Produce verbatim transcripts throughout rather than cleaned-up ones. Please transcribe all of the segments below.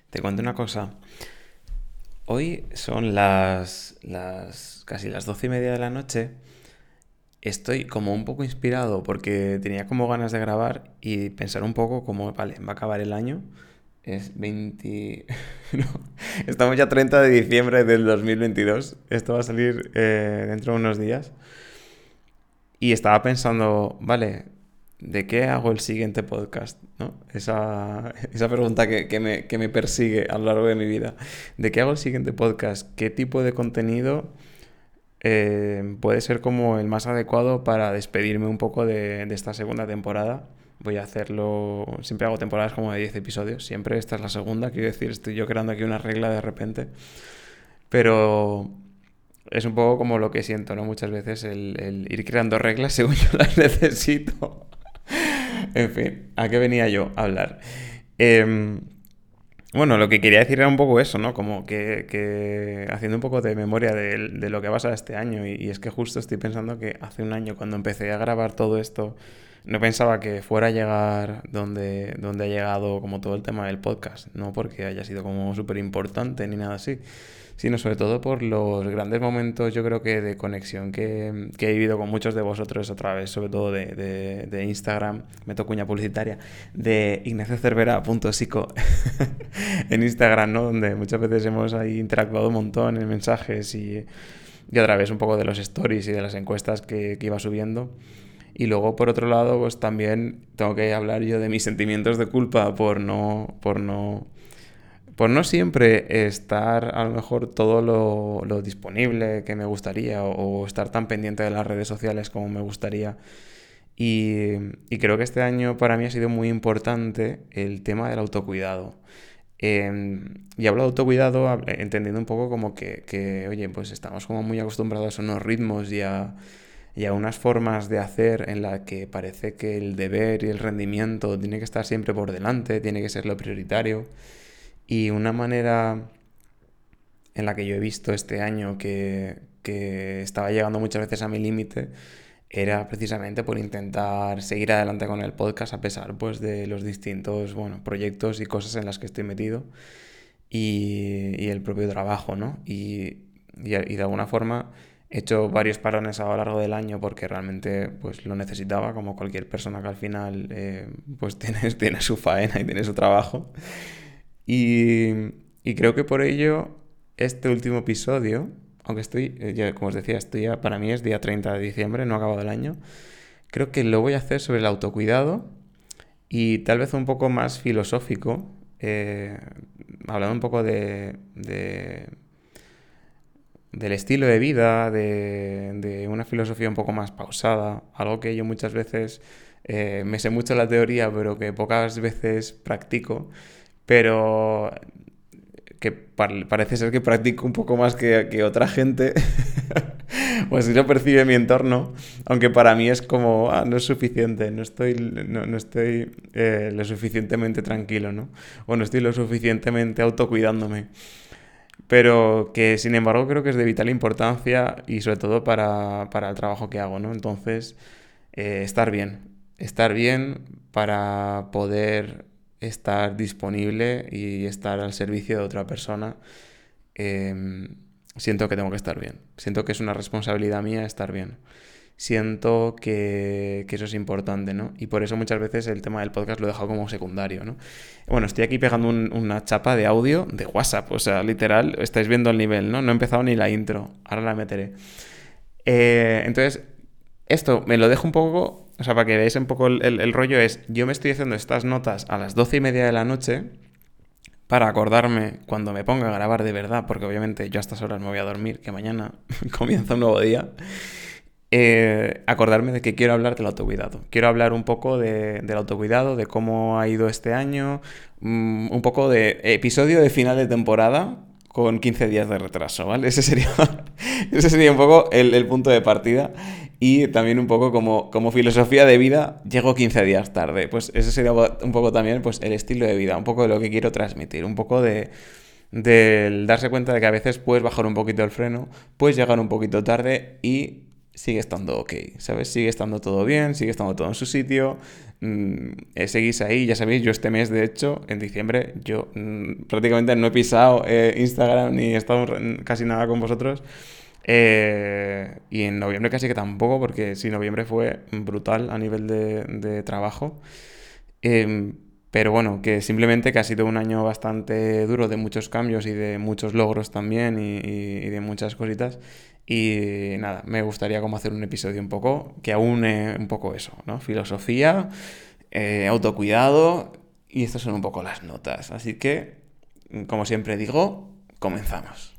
Te cuento una cosa. Hoy son las, las casi las doce y media de la noche. Estoy como un poco inspirado porque tenía como ganas de grabar y pensar un poco como, vale, va a acabar el año. Es veinte... no, estamos ya treinta de diciembre del dos mil veintidós. Esto va a salir eh, dentro de unos días. Y estaba pensando, vale, ¿de qué hago el siguiente podcast? ¿No? Esa, esa pregunta que, que me, que me persigue a lo largo de mi vida. ¿De qué hago el siguiente podcast? ¿Qué tipo de contenido eh, puede ser como el más adecuado para despedirme un poco de, de esta segunda temporada? Voy a hacerlo, siempre hago temporadas como de diez episodios, siempre esta es la segunda, quiero decir, estoy yo creando aquí una regla de repente, pero es un poco como lo que siento, ¿no? Muchas veces el, el ir creando reglas según yo las necesito. En fin, ¿a qué venía yo a hablar? Eh, bueno, lo que quería decir era un poco eso, ¿no? Como que, que haciendo un poco de memoria de, de lo que ha pasado este año. Y, y es que justo estoy pensando que hace un año, cuando empecé a grabar todo esto, no pensaba que fuera a llegar donde, donde ha llegado como todo el tema del podcast. No porque haya sido como súper importante ni nada así, sino sobre todo por los grandes momentos, yo creo que de conexión que, que he vivido con muchos de vosotros a través, sobre todo de, de, de Instagram, meto cuña publicitaria, de ignaciocervera.psico en Instagram, ¿no? Donde muchas veces hemos ahí interactuado un montón en mensajes y, y a través un poco de los stories y de las encuestas que, que iba subiendo. Y luego, por otro lado, pues también tengo que hablar yo de mis sentimientos de culpa por no, por no por no siempre estar a lo mejor todo lo, lo disponible que me gustaría o, o estar tan pendiente de las redes sociales como me gustaría. Y, y creo que este año para mí ha sido muy importante el tema del autocuidado. Eh, y hablo de autocuidado hab- entendiendo un poco como que, que, oye, pues estamos como muy acostumbrados a unos ritmos y a, y a unas formas de hacer en la que parece que el deber y el rendimiento tiene que estar siempre por delante, tiene que ser lo prioritario. Y una manera en la que yo he visto este año que, que estaba llegando muchas veces a mi límite era precisamente por intentar seguir adelante con el podcast a pesar pues de los distintos bueno, proyectos y cosas en las que estoy metido y, y el propio trabajo, ¿no? Y, y, y de alguna forma he hecho varios parones a lo largo del año porque realmente pues lo necesitaba como cualquier persona que al final eh, pues tiene, tiene su faena y tiene su trabajo. Y, y creo que por ello, este último episodio, aunque estoy, eh, ya, como os decía, estoy ya, para mí es día treinta de diciembre, no ha acabado el año, creo que lo voy a hacer sobre el autocuidado y tal vez un poco más filosófico, eh, hablando un poco de, de- del estilo de vida, de, de una filosofía un poco más pausada, algo que yo muchas veces eh, me sé mucho la teoría, pero que pocas veces practico, pero que par- parece ser que practico un poco más que, que otra gente, pues así lo percibe mi entorno, aunque para mí es como, ah, no es suficiente, no estoy, no, no estoy eh, lo suficientemente tranquilo, ¿no? O no estoy lo suficientemente autocuidándome. Pero que sin embargo creo que es de vital importancia y sobre todo para, para el trabajo que hago, ¿no? Entonces, eh, estar bien, estar bien para poder estar disponible y estar al servicio de otra persona. eh, Siento que tengo que estar bien, siento que es una responsabilidad mía estar bien. Siento que, que eso es importante, ¿no? Y por eso muchas veces el tema del podcast lo he dejado como secundario, ¿no? Bueno, estoy aquí pegando un- una chapa de audio de WhatsApp, o sea, literal, estáis viendo el nivel, ¿no? No he empezado ni la intro, ahora la meteré. Eh, entonces, esto me lo dejo un poco, o sea, para que veáis un poco el, el- el rollo es, yo me estoy haciendo estas notas a las doce y media de la noche para acordarme cuando me ponga a grabar de verdad, porque obviamente yo a estas horas me voy a dormir, que mañana comienza un nuevo día. Eh, acordarme de que quiero hablar del autocuidado. Quiero hablar un poco de, del autocuidado, de cómo ha ido este año, mmm, un poco de episodio de final de temporada con quince días de retraso, ¿vale? Ese sería, ese sería un poco el, el punto de partida y también un poco como, como filosofía de vida, llego quince días tarde. Pues ese sería un poco también pues, el estilo de vida, un poco de lo que quiero transmitir, un poco de, del darse cuenta de que a veces puedes bajar un poquito el freno, puedes llegar un poquito tarde y sigue estando ok, ¿sabes? Sigue estando todo bien, sigue estando todo en su sitio. Mm, eh, seguís ahí, ya sabéis, yo este mes, de hecho, en diciembre, yo mm, prácticamente no he pisado eh, Instagram ni he estado casi nada con vosotros. Eh, y en noviembre casi que tampoco, porque sí, noviembre fue brutal a nivel de, de trabajo. Eh, pero bueno, que simplemente que ha sido un año bastante duro de muchos cambios y de muchos logros también y, y- y de muchas cositas. Y nada, me gustaría como hacer un episodio un poco que aúne un poco eso, ¿no? Filosofía, eh, autocuidado y estas son un poco las notas. Así que, como siempre digo, comenzamos.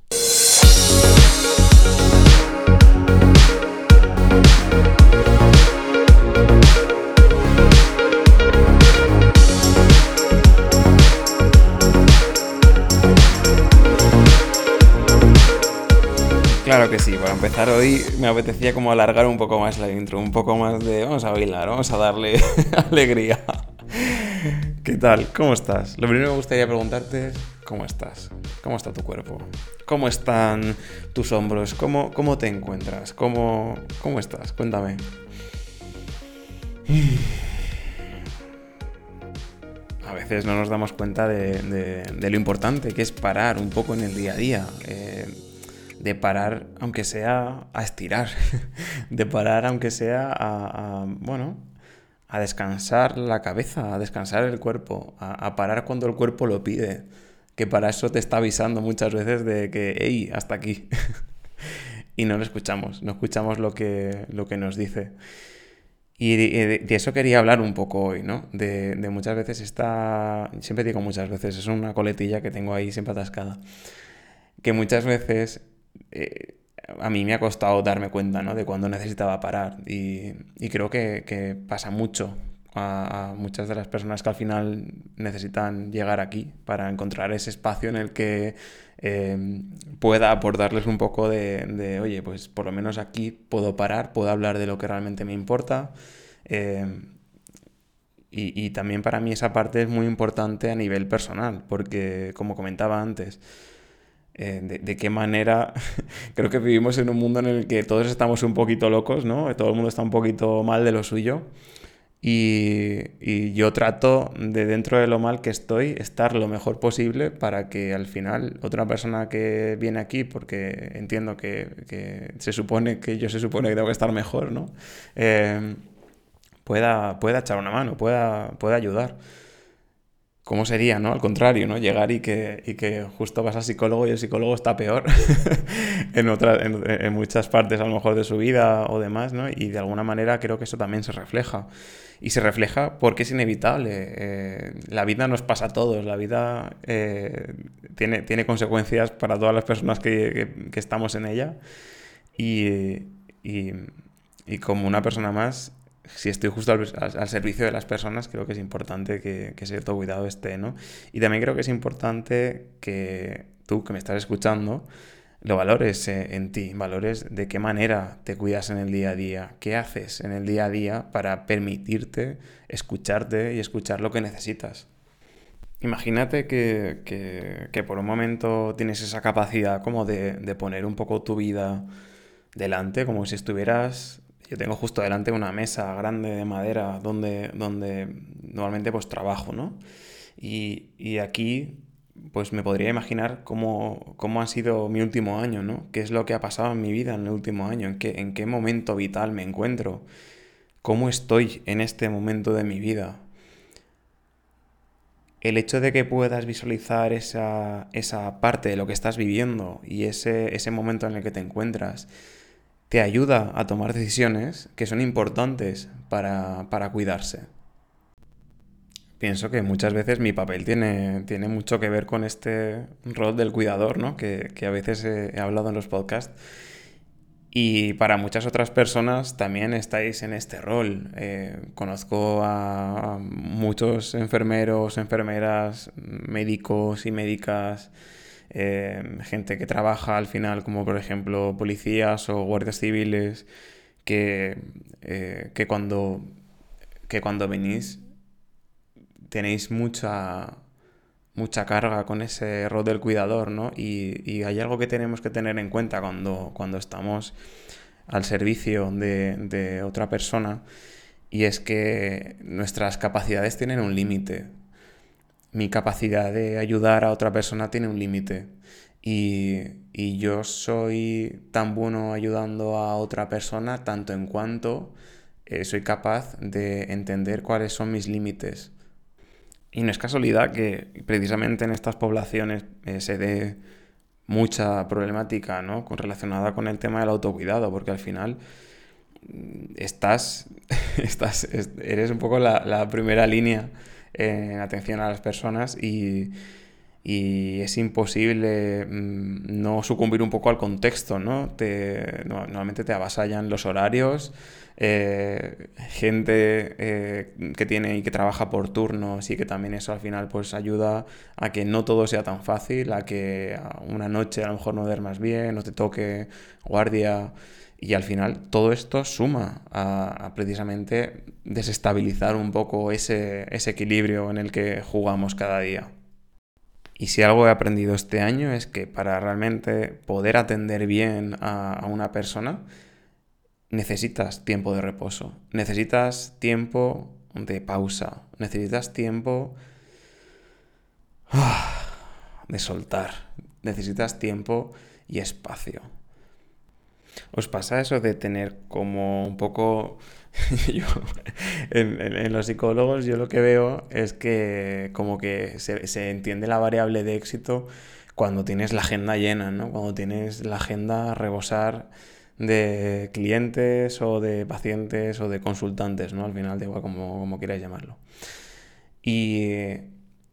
Claro que sí, para empezar hoy me apetecía como alargar un poco más la intro, un poco más de vamos a bailar, vamos a darle alegría. ¿Qué tal? ¿Cómo estás? Lo primero que me gustaría preguntarte es ¿cómo estás? ¿Cómo está tu cuerpo? ¿Cómo están tus hombros? ¿Cómo, cómo te encuentras? ¿Cómo, cómo estás? Cuéntame. A veces no nos damos cuenta de, de- de lo importante que es parar un poco en el día a día. eh, de parar, aunque sea a estirar. De parar, aunque sea a, a, bueno, a descansar la cabeza, a descansar el cuerpo, a, a parar cuando el cuerpo lo pide. Que para eso te está avisando muchas veces de que, hey, hasta aquí. Y no lo escuchamos, no escuchamos lo que, lo que nos dice. Y de, de eso quería hablar un poco hoy, ¿no? De, de muchas veces esta... Siempre digo muchas veces, es una coletilla que tengo ahí siempre atascada. Que muchas veces eh, a mí me ha costado darme cuenta, ¿no? De cuándo necesitaba parar. Y, y creo que, que pasa mucho a, a muchas de las personas que al final necesitan llegar aquí para encontrar ese espacio en el que eh, pueda aportarles un poco de, de, oye, pues por lo menos aquí puedo parar, puedo hablar de lo que realmente me importa. eh, y, y también para mí esa parte es muy importante a nivel personal, porque como comentaba antes, eh, de, de qué manera creo que vivimos en un mundo en el que todos estamos un poquito locos, ¿no? Todo el mundo está un poquito mal de lo suyo. Y, y yo trato de dentro de lo mal que estoy, estar lo mejor posible para que al final otra persona que viene aquí, porque entiendo que, que se supone que yo se supone que tengo que estar mejor, ¿no? Eh, pueda, pueda echar una mano, pueda, pueda ayudar. ¿Cómo sería, no? Al contrario, ¿no? Llegar y que, y que justo vas al psicólogo y el psicólogo está peor en, otra, en, en muchas partes a lo mejor de su vida o demás, ¿no? Y de alguna manera creo que eso también se refleja. Y se refleja porque es inevitable. Eh, la vida nos pasa a todos, la vida eh, tiene, tiene consecuencias para todas las personas que, que, que estamos en ella. Y, y, y como una persona más, si estoy justo al, al, al servicio de las personas, creo que es importante que, que ese autocuidado esté, ¿no? Y también creo que es importante que tú, que me estás escuchando, lo valores eh, en ti, valores de qué manera te cuidas en el día a día, qué haces en el día a día para permitirte escucharte y escuchar lo que necesitas. Imagínate que, que, que por un momento tienes esa capacidad como de, de poner un poco tu vida delante, como si estuvieras... Yo tengo justo delante una mesa grande de madera donde, donde normalmente pues trabajo, ¿no? Y, y aquí pues me podría imaginar cómo, cómo ha sido mi último año, ¿no? ¿Qué es lo que ha pasado en mi vida en el último año? ¿En qué, en qué momento vital me encuentro? ¿Cómo estoy en este momento de mi vida? El hecho de que puedas visualizar esa, esa parte de lo que estás viviendo y ese, ese momento en el que te encuentras te ayuda a tomar decisiones que son importantes para, para cuidarse. Pienso que muchas veces mi papel tiene, tiene mucho que ver con este rol del cuidador, ¿no? Que, que a veces he, he hablado en los podcasts. Y para muchas otras personas también estáis en este rol. Eh, conozco a, a muchos enfermeros, enfermeras, médicos y médicas, eh, gente que trabaja al final, como por ejemplo policías o guardias civiles, que, eh, que, cuando, que cuando venís tenéis mucha, mucha carga con ese rol del cuidador, ¿no? Y, y hay algo que tenemos que tener en cuenta cuando, cuando estamos al servicio de, de otra persona, y es que nuestras capacidades tienen un límite. Mi capacidad de ayudar a otra persona tiene un límite. Y, y yo soy tan bueno ayudando a otra persona tanto en cuanto eh, soy capaz de entender cuáles son mis límites. Y no es casualidad que precisamente en estas poblaciones eh, se dé mucha problemática, ¿no? Con, relacionada con el tema del autocuidado, porque al final mm, estás, estás eres un poco la, la primera línea en atención a las personas, y, y es imposible mmm, no sucumbir un poco al contexto, ¿no? Te, no normalmente te avasallan los horarios, eh, gente eh, que tiene y que trabaja por turnos, y que también eso al final pues ayuda a que no todo sea tan fácil, a que una noche a lo mejor no duermas bien, no te toque guardia, y al final todo esto suma a, a precisamente desestabilizar un poco ese, ese equilibrio en el que jugamos cada día. Y si algo he aprendido este año es que para realmente poder atender bien a, a una persona, necesitas tiempo de reposo, necesitas tiempo de pausa, necesitas tiempo de soltar, necesitas tiempo y espacio. ¿Os pasa eso de tener como un poco... yo, en, en- en los psicólogos yo lo que veo es que como que se, se entiende la variable de éxito cuando tienes la agenda llena, ¿no? Cuando tienes la agenda a rebosar de clientes o de pacientes o de consultantes, ¿no? Al final, da igual como, como quieras llamarlo. Y,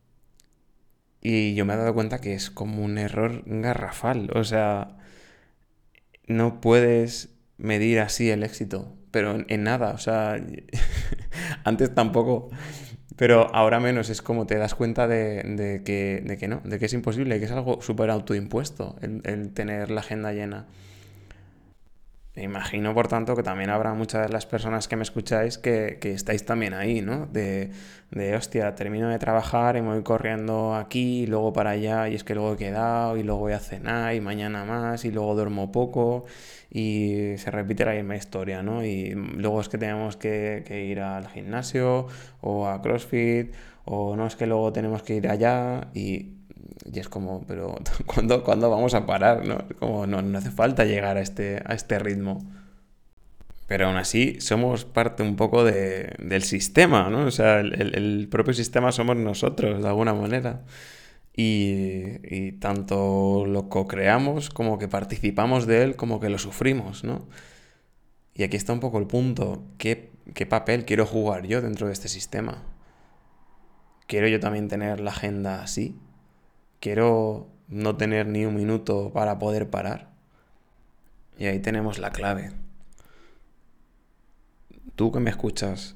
y yo me he dado cuenta que es como un error garrafal. O sea, no puedes medir así el éxito, pero en, en nada, o sea, antes tampoco, pero ahora menos. Es como te das cuenta de, de que, de que no, de que es imposible, que es algo súper autoimpuesto el, el tener la agenda llena. Me imagino, por tanto, que también habrá muchas de las personas que me escucháis que, que estáis también ahí, ¿no? De, de, hostia, termino de trabajar y me voy corriendo aquí y luego para allá, y es que luego he quedado y luego voy a cenar y mañana más y luego duermo poco, y se repite la misma historia, ¿no? Y luego es que tenemos que, que ir al gimnasio o a CrossFit, o no, es que luego tenemos que ir allá, y y es como, pero ¿cuándo, cuándo vamos a parar? ¿No? Como no, no hace falta llegar a este, a este ritmo. Pero aún así somos parte un poco de, del sistema, ¿no? O sea, el, el- el propio sistema somos nosotros, de alguna manera. Y, y tanto lo co-creamos como que participamos de él, como que lo sufrimos, ¿no? Y aquí está un poco el punto. ¿Qué, qué papel quiero jugar yo dentro de este sistema? ¿Quiero yo también tener la agenda así? ¿Quiero no tener ni un minuto para poder parar? Y ahí tenemos la clave. Tú que me escuchas,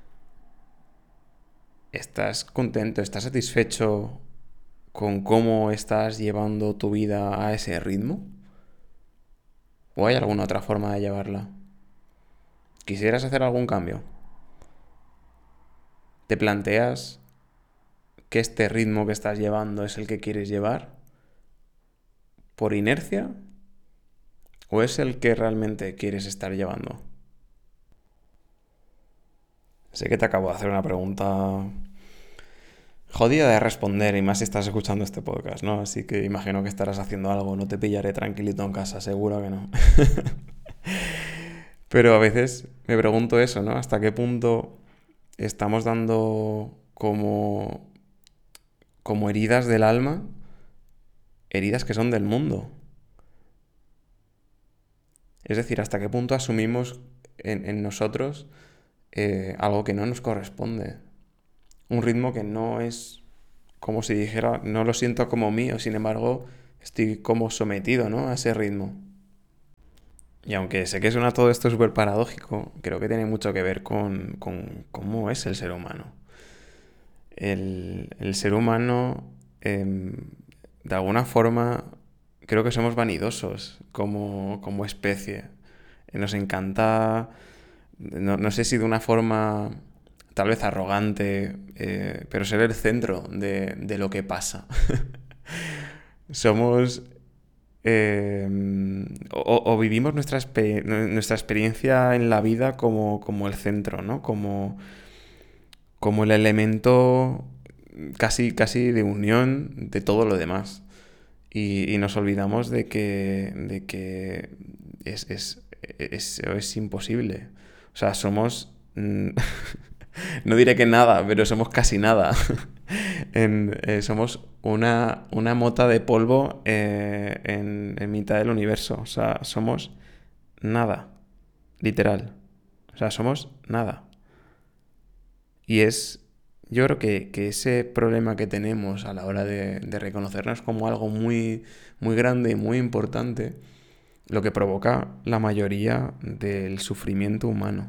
¿estás contento, estás satisfecho con cómo estás llevando tu vida a ese ritmo? ¿O hay alguna otra forma de llevarla? ¿Quisieras hacer algún cambio? ¿Te planteas que este ritmo que estás llevando es el que quieres llevar por inercia, o es el que realmente quieres estar llevando? Sé que te acabo de hacer una pregunta jodida de responder, y más si estás escuchando este podcast, ¿no? Así que imagino que estarás haciendo algo, no te pillaré tranquilito en casa, seguro que no. Pero a veces me pregunto eso, ¿no? ¿Hasta qué punto estamos dando como, como heridas del alma, heridas que son del mundo? Es decir, ¿hasta qué punto asumimos en, en nosotros eh, algo que no nos corresponde? Un ritmo que no es, como si dijera, no lo siento como mío, sin embargo, estoy como sometido, ¿no? A ese ritmo. Y aunque sé que suena todo esto súper paradójico, creo que tiene mucho que ver con, con cómo es el ser humano. El, el ser humano, eh, de alguna forma, creo que somos vanidosos como, como especie. Nos encanta, no, no sé si de una forma tal vez arrogante, eh, pero ser el centro de, de lo que pasa. Somos eh, o, o vivimos nuestra, espe- nuestra experiencia en la vida como, como el centro, ¿no? Como, como el elemento casi, casi de unión de todo lo demás. Y, y nos olvidamos de que, de que es, es, es, es imposible. O sea, somos... mm, no diré que nada, pero somos casi nada. En, eh, somos una, una mota de polvo eh, en, en mitad del universo. O sea, somos nada. Literal. O sea, somos nada. Y es, yo creo que, que ese problema que tenemos a la hora de, de reconocernos como algo muy, muy grande y muy importante, lo que provoca la mayoría del sufrimiento humano.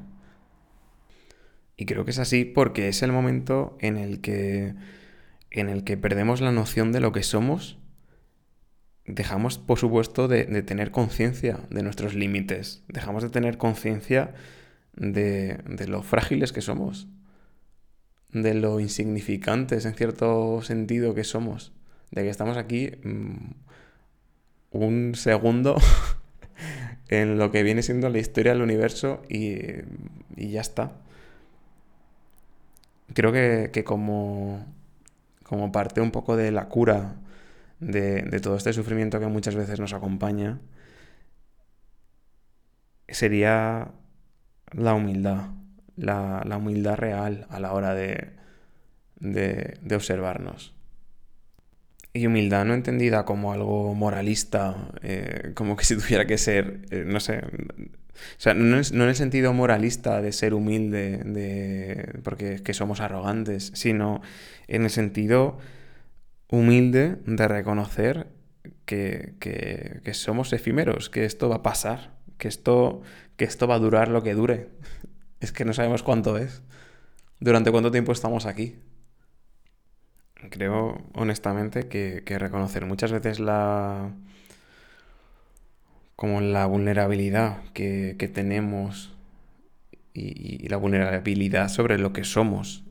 Y creo que es así porque es el momento en el que, en el que perdemos la noción de lo que somos, dejamos, por supuesto, de, de tener conciencia de nuestros límites, dejamos de tener conciencia de, de lo frágiles que somos, de lo insignificantes en cierto sentido que somos, de que estamos aquí mmm, un segundo en lo que viene siendo la historia del universo y, y ya está. Creo que, que como, como parte un poco de la cura de, de todo este sufrimiento que muchas veces nos acompaña, sería la humildad, la, la humildad real a la hora de, de, de observarnos. Y humildad no entendida como algo moralista, eh, como que si tuviera que ser, eh, no sé, o sea, no, es, no en el sentido moralista de ser humilde, de, porque es que somos arrogantes, sino en el sentido humilde de reconocer que, que, que somos efímeros, que esto va a pasar, que esto, que esto va a durar lo que dure. Es que no sabemos cuánto es, durante cuánto tiempo estamos aquí. Creo, honestamente, que, que reconocer muchas veces la, como la vulnerabilidad que, que tenemos y, y la vulnerabilidad sobre lo que somos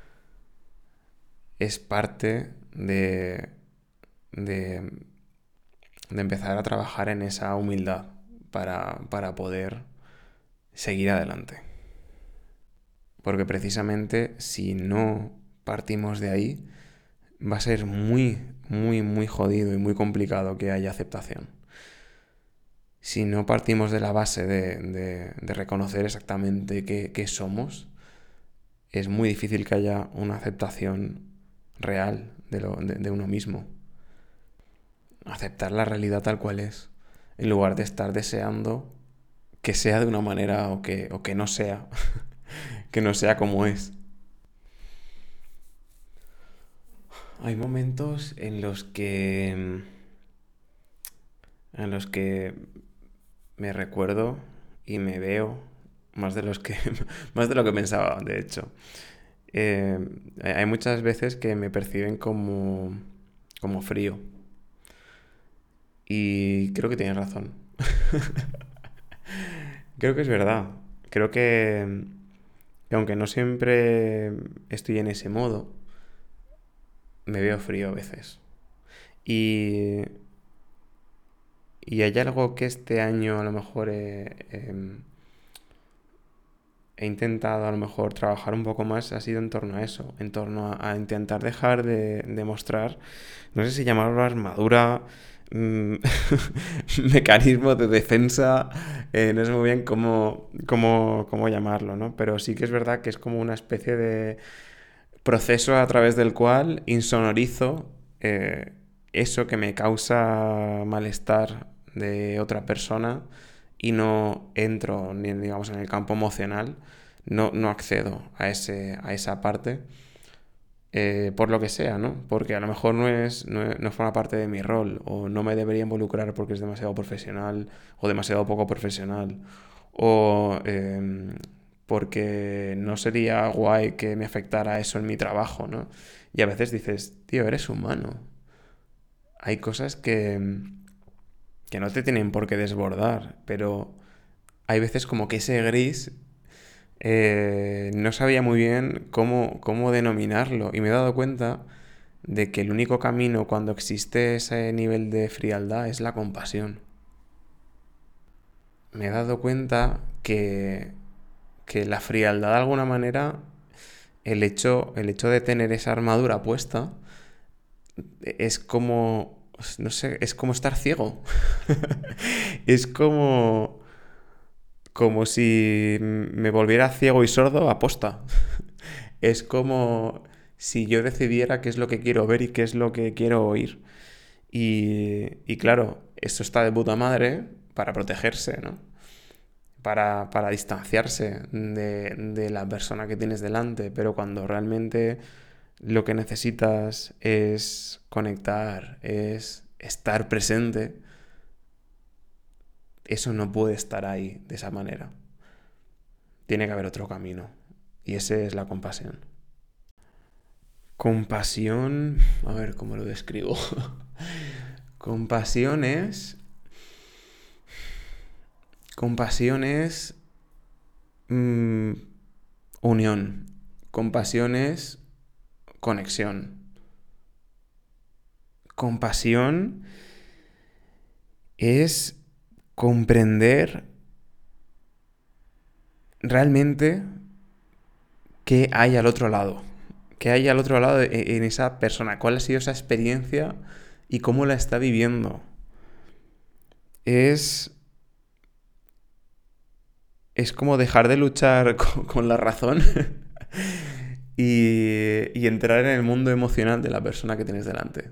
es parte de, de, de empezar a trabajar en esa humildad para, para poder seguir adelante. Porque precisamente si no partimos de ahí, va a ser muy, muy, muy jodido y muy complicado que haya aceptación. Si no partimos de la base de, de, de reconocer exactamente qué, qué somos, es muy difícil que haya una aceptación real de, lo, de, de uno mismo. Aceptar la realidad tal cual es, en lugar de estar deseando que sea de una manera o que, o que no sea, que no sea como es. Hay momentos en los que en los que me recuerdo y me veo más de los que más de lo que pensaba, de hecho. Eh, hay muchas veces que me perciben como como frío y creo que tienes razón. Creo que es verdad. Creo que, que aunque no siempre estoy en ese modo, me veo frío a veces. Y, y hay algo que este año a lo mejor he, he- he intentado a lo mejor trabajar un poco más, ha sido en torno a eso, en torno a, a intentar dejar de, de mostrar, no sé si llamarlo armadura, mm, mecanismo de defensa, eh, no sé muy bien cómo, cómo, cómo llamarlo, ¿no? Pero sí que es verdad que es como una especie de proceso a través del cual insonorizo eh, eso que me causa malestar de otra persona y no entro ni digamos en el campo emocional, no, no accedo a, ese, a esa parte eh, por lo que sea, ¿no? Porque a lo mejor no, es, no, no forma parte de mi rol o no me debería involucrar porque es demasiado profesional o demasiado poco profesional o eh, porque no sería guay que me afectara eso en mi trabajo, ¿no? Y a veces dices, tío, eres humano. Hay cosas que, que no te tienen por qué desbordar, pero hay veces como que ese gris eh, no sabía muy bien cómo, cómo denominarlo y me he dado cuenta de que el único camino cuando existe ese nivel de frialdad es la compasión. Me he dado cuenta que, que la frialdad de alguna manera, el hecho, el hecho de tener esa armadura puesta, es como, no sé, es como estar ciego. Es como, como si me volviera ciego y sordo a posta. Es como si yo decidiera qué es lo que quiero ver y qué es lo que quiero oír. Y, y claro, eso está de puta madre para protegerse, ¿no? Para, para distanciarse de, de la persona que tienes delante, pero cuando realmente lo que necesitas es conectar, es estar presente, eso no puede estar ahí de esa manera. Tiene que haber otro camino. Y ese es la compasión. Compasión... A ver cómo lo describo. Compasión es... Compasión es... mm, unión. Compasión es conexión. Compasión es comprender realmente qué hay al otro lado. Qué hay al otro lado en esa persona. Cuál ha sido esa experiencia y cómo la está viviendo. Es... Es como dejar de luchar con, con la razón y, y entrar en el mundo emocional de la persona que tienes delante.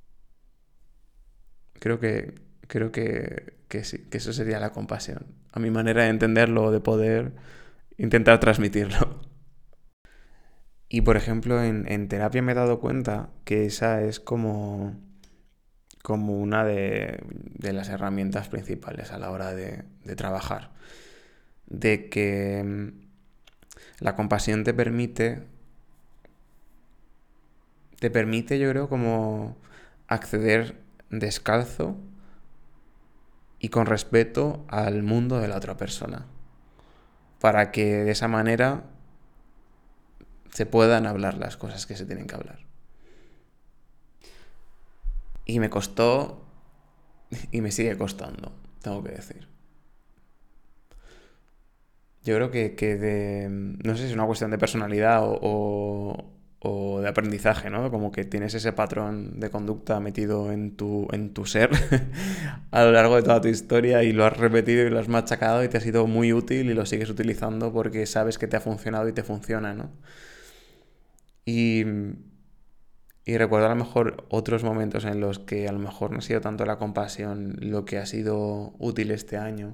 Creo que, creo que, que sí, que eso sería la compasión. A mi manera de entenderlo, de poder intentar transmitirlo. Y por ejemplo, en, en terapia me he dado cuenta que esa es como, como una de, de las herramientas principales a la hora de, de trabajar. De que mm, la compasión te permite, te permite, yo creo, como acceder descalzo y con respeto al mundo de la otra persona. Para que de esa manera se puedan hablar las cosas que se tienen que hablar. Y me costó y me sigue costando, tengo que decir. Yo creo que, que de... No sé si es una cuestión de personalidad o, o, o de aprendizaje, ¿no? Como que tienes ese patrón de conducta metido en tu, en tu ser a lo largo de toda tu historia y lo has repetido y lo has machacado y te ha sido muy útil y lo sigues utilizando porque sabes que te ha funcionado y te funciona, ¿no? Y, y recuerdo a lo mejor otros momentos en los que a lo mejor no ha sido tanto la compasión lo que ha sido útil este año.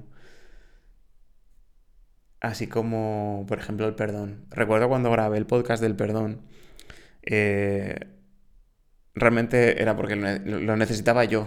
Así como, por ejemplo, el perdón. Recuerdo cuando grabé el podcast del perdón, eh, realmente era porque lo, lo necesitaba yo.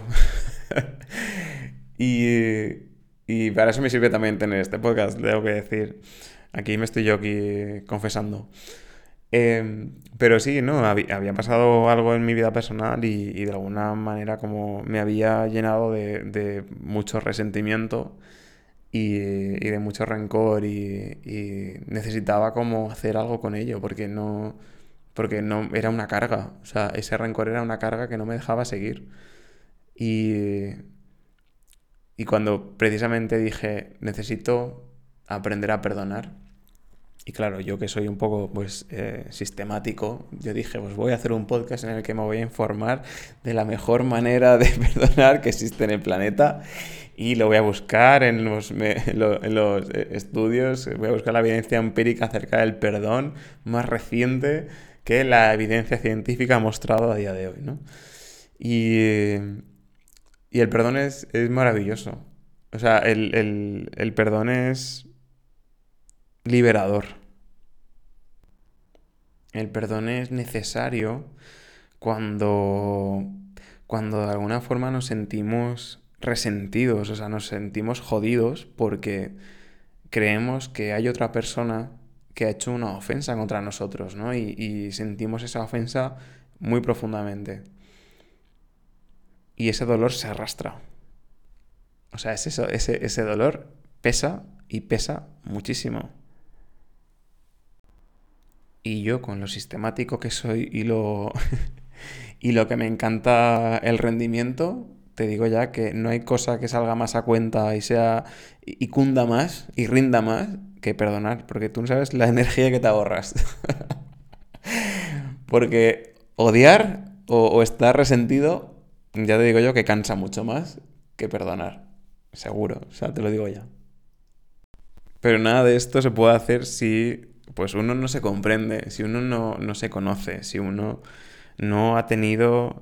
y, y para eso me sirve también tener este podcast, tengo que decir. Aquí me estoy yo aquí confesando. Eh, pero sí, ¿no? Había, había pasado algo en mi vida personal y, y de alguna manera como me había llenado de, de mucho resentimiento y, y de mucho rencor y, y necesitaba como hacer algo con ello porque no, porque no era una carga, o sea, ese rencor era una carga que no me dejaba seguir. Y, y cuando precisamente dije, necesito aprender a perdonar, y claro, yo que soy un poco pues eh, sistemático, yo dije, pues voy a hacer un podcast en el que me voy a informar de la mejor manera de perdonar que existe en el planeta y lo voy a buscar en los, me, lo, en los eh, estudios, voy a buscar la evidencia empírica acerca del perdón más reciente que la evidencia científica ha mostrado a día de hoy, ¿no? Y, y el perdón es, es maravilloso. O sea, el, el, el perdón es liberador. El perdón es necesario cuando, cuando de alguna forma nos sentimos resentidos, o sea, nos sentimos jodidos porque creemos que hay otra persona que ha hecho una ofensa contra nosotros, ¿no? Y, y sentimos esa ofensa muy profundamente. Y ese dolor se arrastra. O sea, es eso, ese, ese dolor pesa y pesa muchísimo. Y yo, con lo sistemático que soy y lo, Y lo que me encanta el rendimiento, te digo ya que no hay cosa que salga más a cuenta y sea y y cunda más y rinda más que perdonar, porque tú no sabes la energía que te ahorras. Porque odiar o, o estar resentido, ya te digo yo que cansa mucho más que perdonar. Seguro, o sea, te lo digo ya. Pero nada de esto se puede hacer si pues uno no se comprende, si uno no, no se conoce, si uno no ha tenido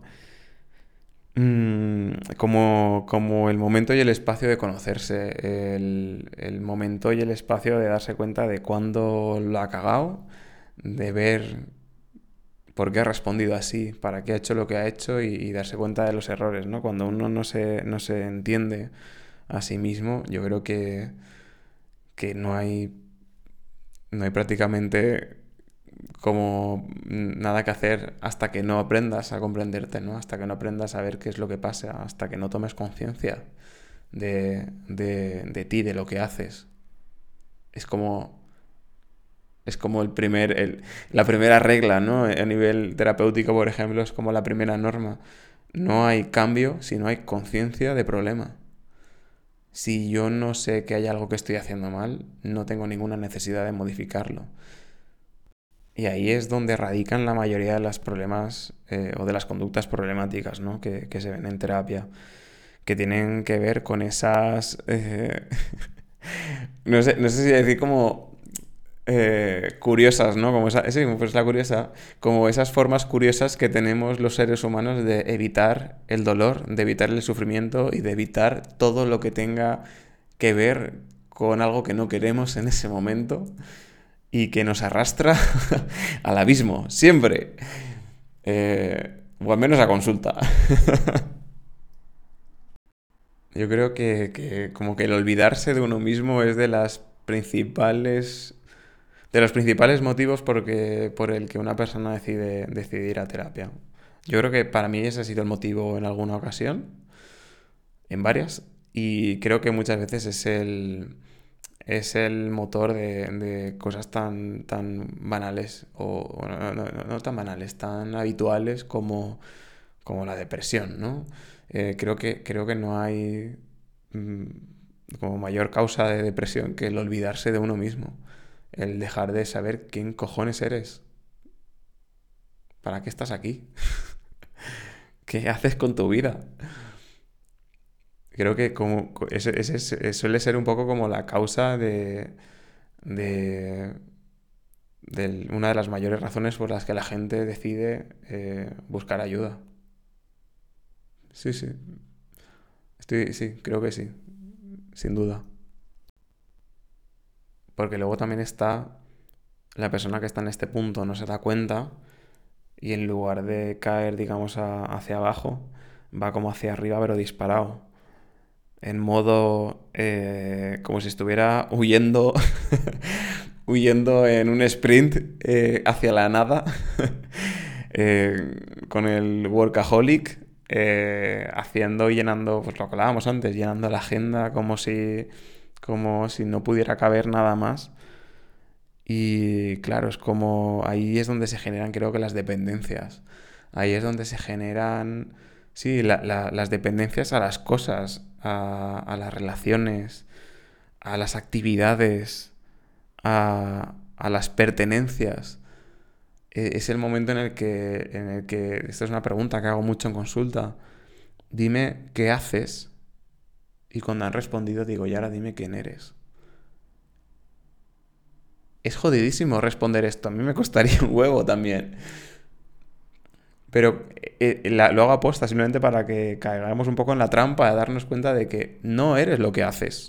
mm, como, como el momento y el espacio de conocerse, el, el momento y el espacio de darse cuenta de cuándo lo ha cagado, de ver por qué ha respondido así, para qué ha hecho lo que ha hecho y, y darse cuenta de los errores, ¿no? Cuando uno no se, no se entiende a sí mismo, yo creo que, que no hay, no hay prácticamente como nada que hacer hasta que no aprendas a comprenderte, ¿no? Hasta que no aprendas a ver qué es lo que pasa, hasta que no tomes conciencia de, de, de ti, de lo que haces. Es como, es como el primer, el- la primera regla, ¿no? A nivel terapéutico, por ejemplo, es como la primera norma. No hay cambio si no hay conciencia de problema. Si yo no sé que hay algo que estoy haciendo mal, no tengo ninguna necesidad de modificarlo. Y ahí es donde radican la mayoría de los problemas eh, o de las conductas problemáticas, ¿no? que, que se ven en terapia, que tienen que ver con esas... eh, no sé, no sé si decir como eh, curiosas, ¿no? Como esa, sí, pues la curiosa, como esas formas curiosas que tenemos los seres humanos de evitar el dolor, de evitar el sufrimiento y de evitar todo lo que tenga que ver con algo que no queremos en ese momento y que nos arrastra al abismo, siempre. Eh, o al menos a consulta. Yo creo que, que como que el olvidarse de uno mismo es de las principales de los principales motivos porque, por el que una persona decide, decide ir a terapia. Yo creo que para mí ese ha sido el motivo en alguna ocasión, en varias, y creo que muchas veces es el, es el motor de, de cosas tan, tan banales, o no, no- no- no tan banales, tan habituales como, como la depresión, ¿no? Eh, creo que, creo que no hay mm, como mayor causa de depresión que el olvidarse de uno mismo, el dejar de saber quién cojones eres, para qué estás aquí, qué haces con tu vida. Creo que como ese, ese- ese suele ser un poco como la causa de, de, de una de las mayores razones por las que la gente decide eh, buscar ayuda. Sí, sí, estoy, sí, creo que sí, sin duda. Porque luego también está la persona que está en este punto, no se da cuenta y en lugar de caer, digamos, a- hacia abajo, va como hacia arriba pero disparado. En modo eh, como si estuviera huyendo, huyendo en un sprint eh, hacia la nada, eh, con el workaholic, eh, haciendo y llenando, pues lo que hablábamos antes, llenando la agenda como si, como si no pudiera caber nada más. Y claro, es como ahí es donde se generan, creo que las dependencias. Ahí es donde se generan, sí, la- la- las dependencias a las cosas, a, a las relaciones, a las actividades, a, a las pertenencias. E- Es el momento en el que, en el que, esta es una pregunta que hago mucho en consulta, dime qué haces y cuando han respondido digo, y ahora dime quién eres. Es jodidísimo responder esto, a mí me costaría un huevo también. Pero eh, eh, la- lo hago aposta simplemente para que caigamos un poco en la trampa de darnos cuenta de que no eres lo que haces.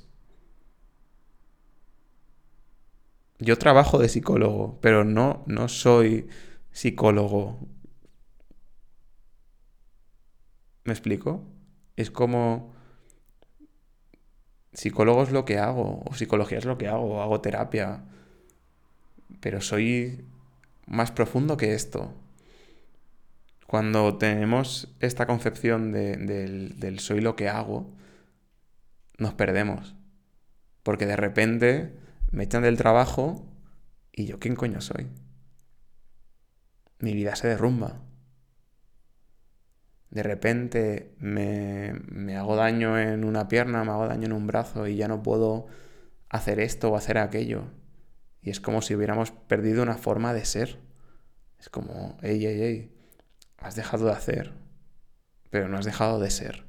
Yo trabajo de psicólogo, pero no, no soy psicólogo. ¿Me explico? Es como psicólogo es lo que hago, o psicología es lo que hago, o hago terapia, pero soy más profundo que esto. Cuando tenemos esta concepción de- del, del soy lo que hago, nos perdemos. Porque de repente me echan del trabajo y yo quién coño soy. Mi vida se derrumba. De repente me, me hago daño en una pierna, me hago daño en un brazo y ya no puedo hacer esto o hacer aquello. Y es como si hubiéramos perdido una forma de ser. Es como, ey, ey, ey, has dejado de hacer, pero no has dejado de ser.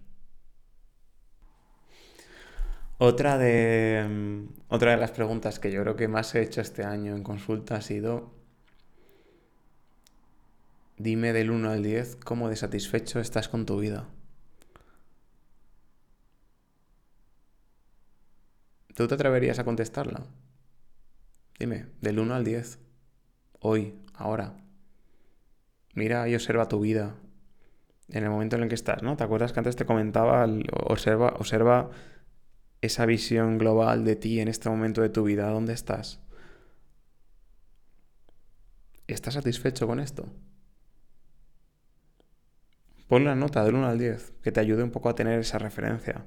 Otra de, mm, otra de las preguntas que yo creo que más he hecho este año en consulta ha sido, dime del uno al diez cómo de satisfecho estás con tu vida. ¿Tú te atreverías a contestarla? Dime, del uno al diez, hoy, ahora. Mira y observa tu vida en el momento en el que estás, ¿no? ¿Te acuerdas que antes te comentaba, observa, observa esa visión global de ti en este momento de tu vida? ¿Dónde estás? ¿Estás satisfecho con esto? Pon una nota del uno al diez que te ayude un poco a tener esa referencia.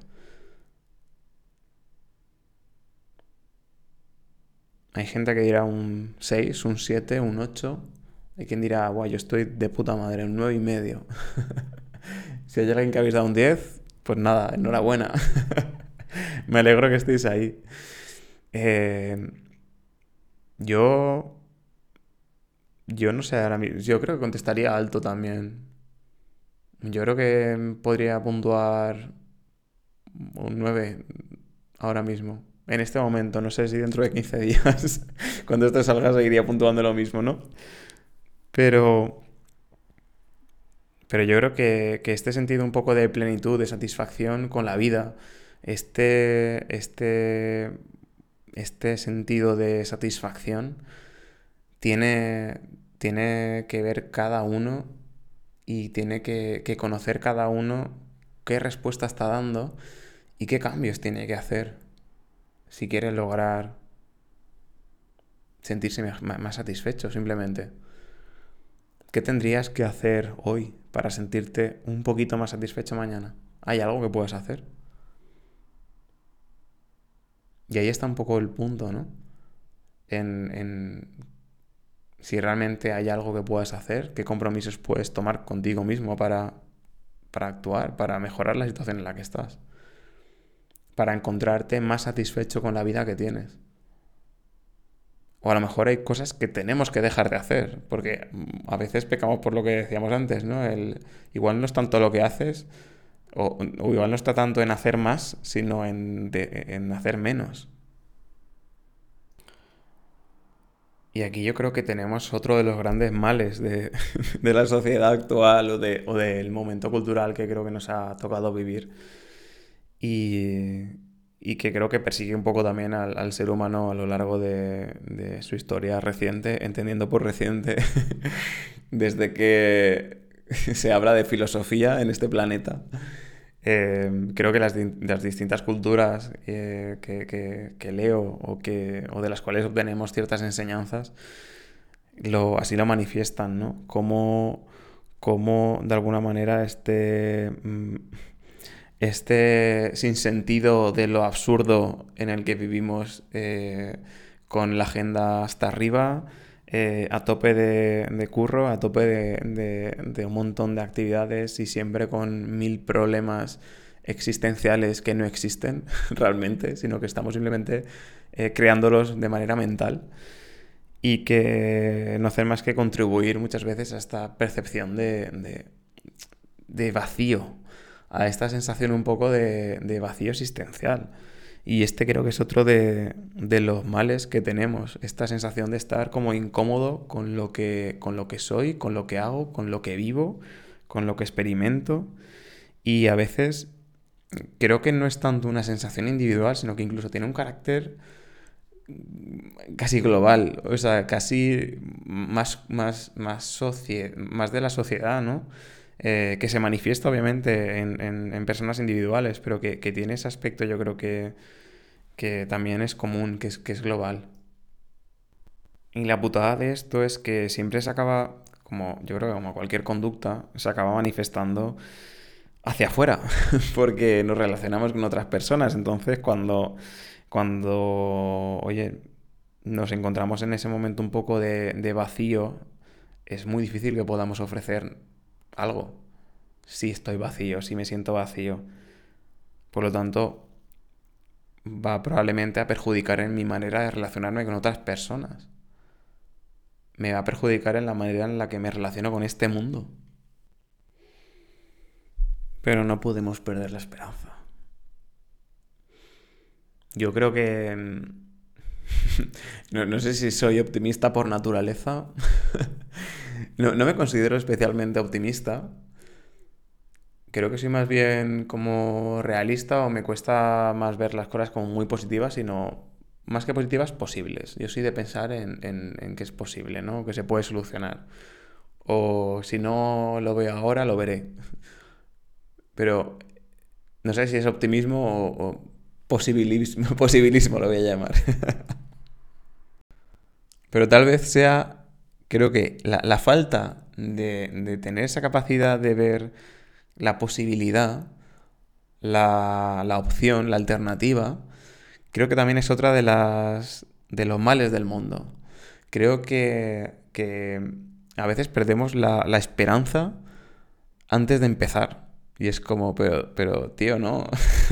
Hay gente que dirá un seis, un siete, un ocho. Hay quien dirá, guau, yo estoy de puta madre, un nueve y medio. Si hay alguien que habéis dado un diez, pues nada, enhorabuena. Me alegro que estéis ahí. Eh, yo, yo no sé ahora mismo. Yo creo que contestaría alto también. Yo creo que podría puntuar un nueve ahora mismo. En este momento, no sé si dentro de quince días, cuando esto salga, seguiría puntuando lo mismo, ¿no? Pero, pero yo creo que, que este sentido un poco de plenitud, de satisfacción con la vida, este, este, este sentido de satisfacción tiene, tiene que ver cada uno y tiene que, que conocer cada uno qué respuesta está dando y qué cambios tiene que hacer si quiere lograr sentirse más satisfecho simplemente. ¿Qué tendrías que hacer hoy para sentirte un poquito más satisfecho mañana? ¿Hay algo que puedas hacer? Y ahí está un poco el punto, ¿no? En, en si realmente hay algo que puedas hacer, qué compromisos puedes tomar contigo mismo para, para actuar, para mejorar la situación en la que estás, para encontrarte más satisfecho con la vida que tienes. O a lo mejor hay cosas que tenemos que dejar de hacer, porque a veces pecamos por lo que decíamos antes, ¿no? El, igual no es tanto lo que haces, o, o igual no está tanto en hacer más, sino en, de, en hacer menos. Y aquí yo creo que tenemos otro de los grandes males de, de la sociedad actual o, de, o del momento cultural que creo que nos ha tocado vivir y, y que creo que persigue un poco también al, al ser humano a lo largo de, de su historia reciente, entendiendo por reciente desde que se habla de filosofía en este planeta. Eh, creo que las, las distintas culturas eh, que, que, que, leo o, que, o de las cuales obtenemos ciertas enseñanzas, lo, así lo manifiestan, ¿no? Cómo, cómo de alguna manera este, este sinsentido de lo absurdo en el que vivimos eh, con la agenda hasta arriba, eh, a tope de, de curro, a tope de, de, de un montón de actividades y siempre con mil problemas existenciales que no existen realmente, sino que estamos simplemente eh, creándolos de manera mental y que no hacen más que contribuir muchas veces a esta percepción de, de, de vacío, a esta sensación un poco de, de vacío existencial. Y este creo que es otro de, de los males que tenemos, esta sensación de estar como incómodo con lo que, con lo que soy, con lo que hago, con lo que vivo, con lo que experimento. Y a veces creo que no es tanto una sensación individual, sino que incluso tiene un carácter casi global, o sea, casi más, más, más, socie, más de la sociedad, ¿no? Eh, que se manifiesta obviamente en, en, en personas individuales, pero que, que, tiene ese aspecto yo creo que, que también es común, que es, que es global. Y la putada de esto es que siempre se acaba, como yo creo que como cualquier conducta, se acaba manifestando hacia afuera, porque nos relacionamos con otras personas. Entonces, cuando, cuando, oye, nos encontramos en ese momento un poco de, de vacío, es muy difícil que podamos ofrecer algo. sí estoy vacío, sí me siento vacío. Por lo tanto, va probablemente a perjudicar en mi manera de relacionarme con otras personas. Me va a perjudicar en la manera en la que me relaciono con este mundo. Pero no podemos perder la esperanza. Yo creo que... mm, no, no sé si soy optimista por naturaleza. no, no me considero especialmente optimista. Creo que soy más bien como realista o me cuesta más ver las cosas como muy positivas, sino más que positivas, posibles. Yo soy de pensar en, en, en que es posible, ¿no? Que se puede solucionar. O si no lo veo ahora, lo veré. Pero no sé si es optimismo o, o posibilismo, posibilismo lo voy a llamar. Pero tal vez sea, creo que la, la falta de, de tener esa capacidad de ver la posibilidad, la, la opción, la alternativa, creo que también es otra de las de los males del mundo. Creo que, que a veces perdemos la, la esperanza antes de empezar. Y es como, pero, pero tío, no.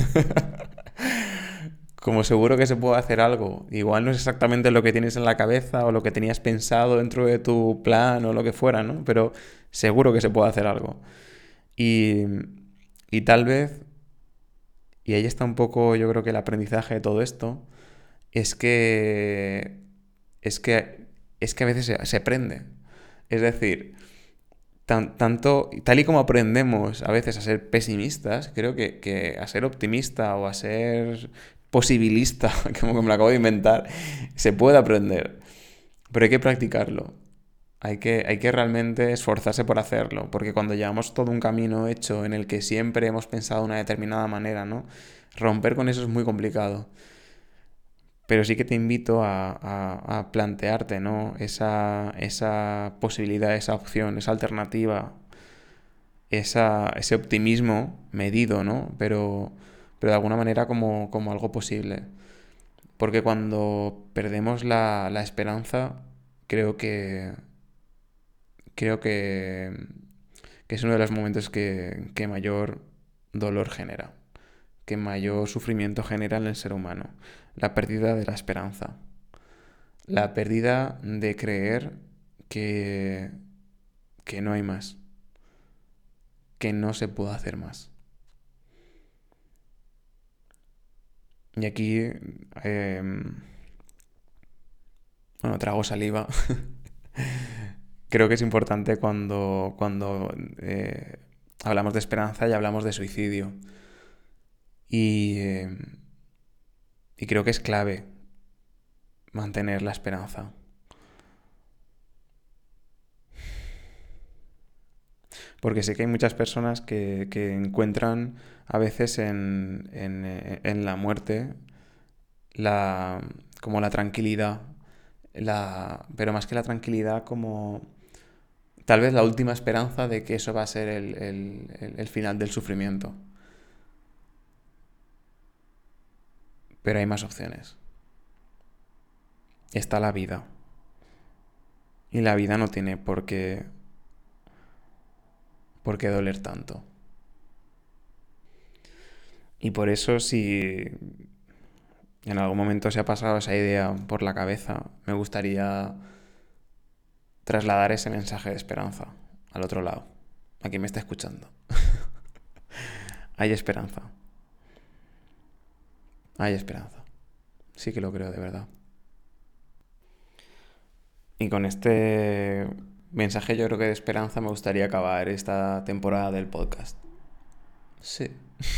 Como seguro que se puede hacer algo. Igual no es exactamente lo que tienes en la cabeza o lo que tenías pensado dentro de tu plan o lo que fuera, ¿no? Pero seguro que se puede hacer algo. Y, y tal vez, y ahí está un poco yo creo que el aprendizaje de todo esto, es que es que es que a veces se, se aprende. Es decir, tan, tanto, tal y como aprendemos a veces a ser pesimistas, creo que, que a ser optimista o a ser posibilista, como que me lo acabo de inventar, se puede aprender, pero hay que practicarlo. Hay que, hay que realmente esforzarse por hacerlo, porque cuando llevamos todo un camino hecho en el que siempre hemos pensado de una determinada manera, ¿no? Romper con eso es muy complicado. Pero sí que te invito a, a- a plantearte, ¿no? Esa, esa posibilidad, esa opción, esa alternativa, esa, ese optimismo medido, ¿no? Pero, pero de alguna manera como, como algo posible. Porque cuando perdemos la, la esperanza, creo que, creo que, que es uno de los momentos que, que mayor dolor genera, que mayor sufrimiento genera en el ser humano. La pérdida de la esperanza. La pérdida de creer que, que no hay más, que no se puede hacer más. Y aquí, eh, bueno, trago saliva. Creo que es importante cuando, cuando eh, hablamos de esperanza y hablamos de suicidio. Y, eh, y creo que es clave mantener la esperanza. Porque sé que hay muchas personas que, que encuentran a veces en, en, eh, en la muerte la, como la tranquilidad, la, pero más que la tranquilidad, como tal vez la última esperanza de que eso va a ser el, el, el- el final del sufrimiento. Pero hay más opciones. Está la vida. Y la vida no tiene por qué, por qué doler tanto. Y por eso si en algún momento se ha pasado esa idea por la cabeza, me gustaría trasladar ese mensaje de esperanza al otro lado, a quien me está escuchando. Hay esperanza, hay esperanza. Sí que lo creo de verdad. Y con este mensaje yo creo que de esperanza me gustaría acabar esta temporada del podcast. Sí.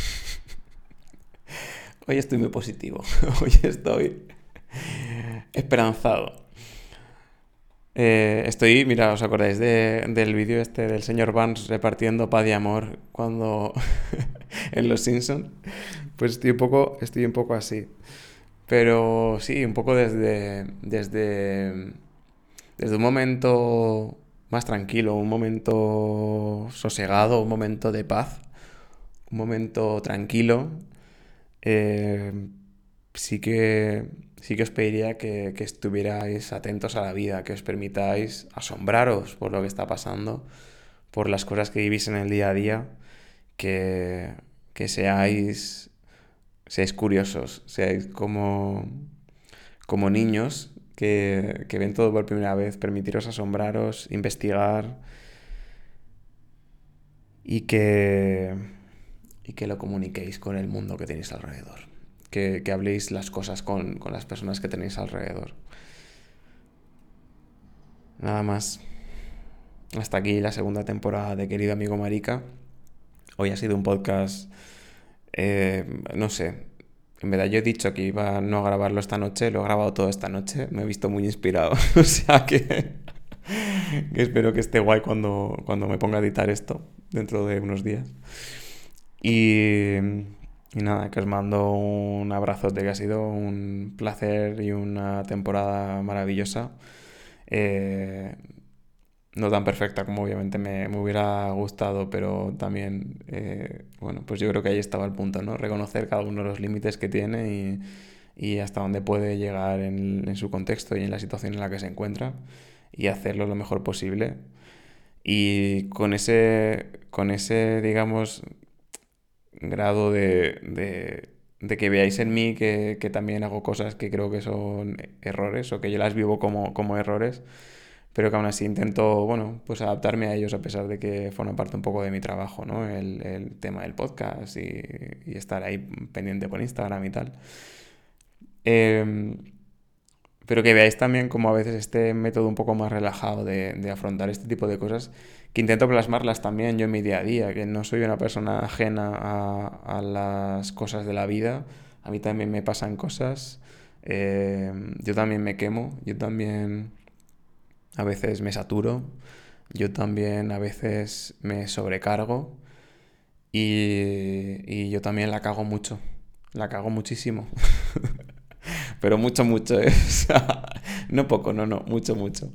Hoy estoy muy positivo. Hoy estoy esperanzado. Eh, estoy, mira, ¿os acordáis de- del vídeo este del señor Burns repartiendo paz y amor cuando en Los Simpson? Pues estoy un poco, estoy un poco así. Pero sí, un poco desde, desde, desde un momento más tranquilo, un momento sosegado, un momento de paz, un momento tranquilo, eh, sí que, sí que os pediría que, que estuvierais atentos a la vida, que os permitáis asombraros por lo que está pasando, por las cosas que vivís en el día a día que, que seáis, seáis curiosos, seáis como, como niños que, que ven todo por primera vez, permitiros asombraros, investigar y que, y que lo comuniquéis con el mundo que tenéis alrededor. Que, que habléis las cosas con, con las personas que tenéis alrededor. Nada más. Hasta aquí la segunda temporada de Querido Amigo Marica. Hoy ha sido un podcast, eh, no sé, en verdad yo he dicho que iba a no grabarlo esta noche, lo he grabado todo esta noche, me he visto muy inspirado, o sea que, que espero que esté guay cuando, cuando me ponga a editar esto dentro de unos días. Y, y nada, que os mando un abrazote, que ha sido un placer y una temporada maravillosa. Eh, no tan perfecta como obviamente me, me hubiera gustado, pero también, eh, bueno, pues yo creo que ahí estaba el punto, ¿no? Reconocer cada uno de los límites que tiene y, y hasta dónde puede llegar en, en su contexto y en la situación en la que se encuentra y hacerlo lo mejor posible. Y con ese, con ese, digamos, grado de, de, de que veáis en mí que, que también hago cosas que creo que son errores o que yo las vivo como, como errores, pero que aún así intento, bueno, pues adaptarme a ellos a pesar de que forman parte un poco de mi trabajo, ¿no? El, el tema del podcast y, y estar ahí pendiente por Instagram y tal. Eh, pero que veáis también como a veces este método un poco más relajado de, de afrontar este tipo de cosas, que intento plasmarlas también yo en mi día a día, que no soy una persona ajena a, a las cosas de la vida, a mí también me pasan cosas, eh, yo también me quemo, yo también a veces me saturo, yo también a veces me sobrecargo y, y yo también la cago mucho, la cago muchísimo. Pero mucho, mucho, ¿eh? O sea, no poco, no, no, mucho, mucho.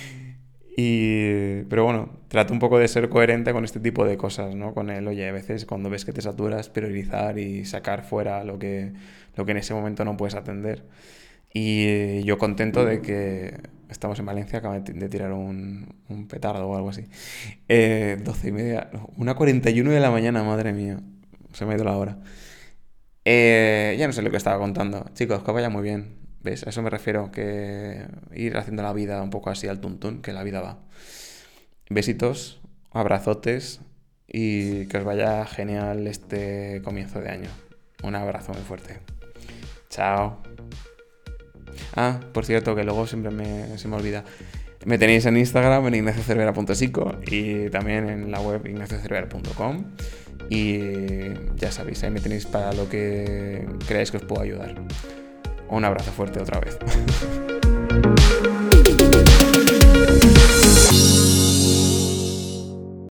Y, pero bueno, trato un poco de ser coherente con este tipo de cosas, ¿no? Con el, oye, a veces cuando ves que te saturas, priorizar y sacar fuera lo que, lo que en ese momento no puedes atender. Y yo contento de que estamos en Valencia, acaba de tirar un, un petardo o algo así. Eh, doce y media, no, una cuarenta y uno de la mañana, madre mía, se me ha ido la hora. Eh, ya no sé lo que estaba contando. Chicos, que os vaya muy bien. ¿Ves? A eso me refiero, que ir haciendo la vida un poco así al tuntún, que la vida va. Besitos, abrazotes y que os vaya genial este comienzo de año. Un abrazo muy fuerte. Chao. Ah, por cierto, que luego siempre me, se me olvida. Me tenéis en Instagram en ignacio cervera punto psico y también en la web ignacio cervera punto com. Y ya sabéis, ahí me tenéis para lo que creáis que os puedo ayudar. Un abrazo fuerte otra vez.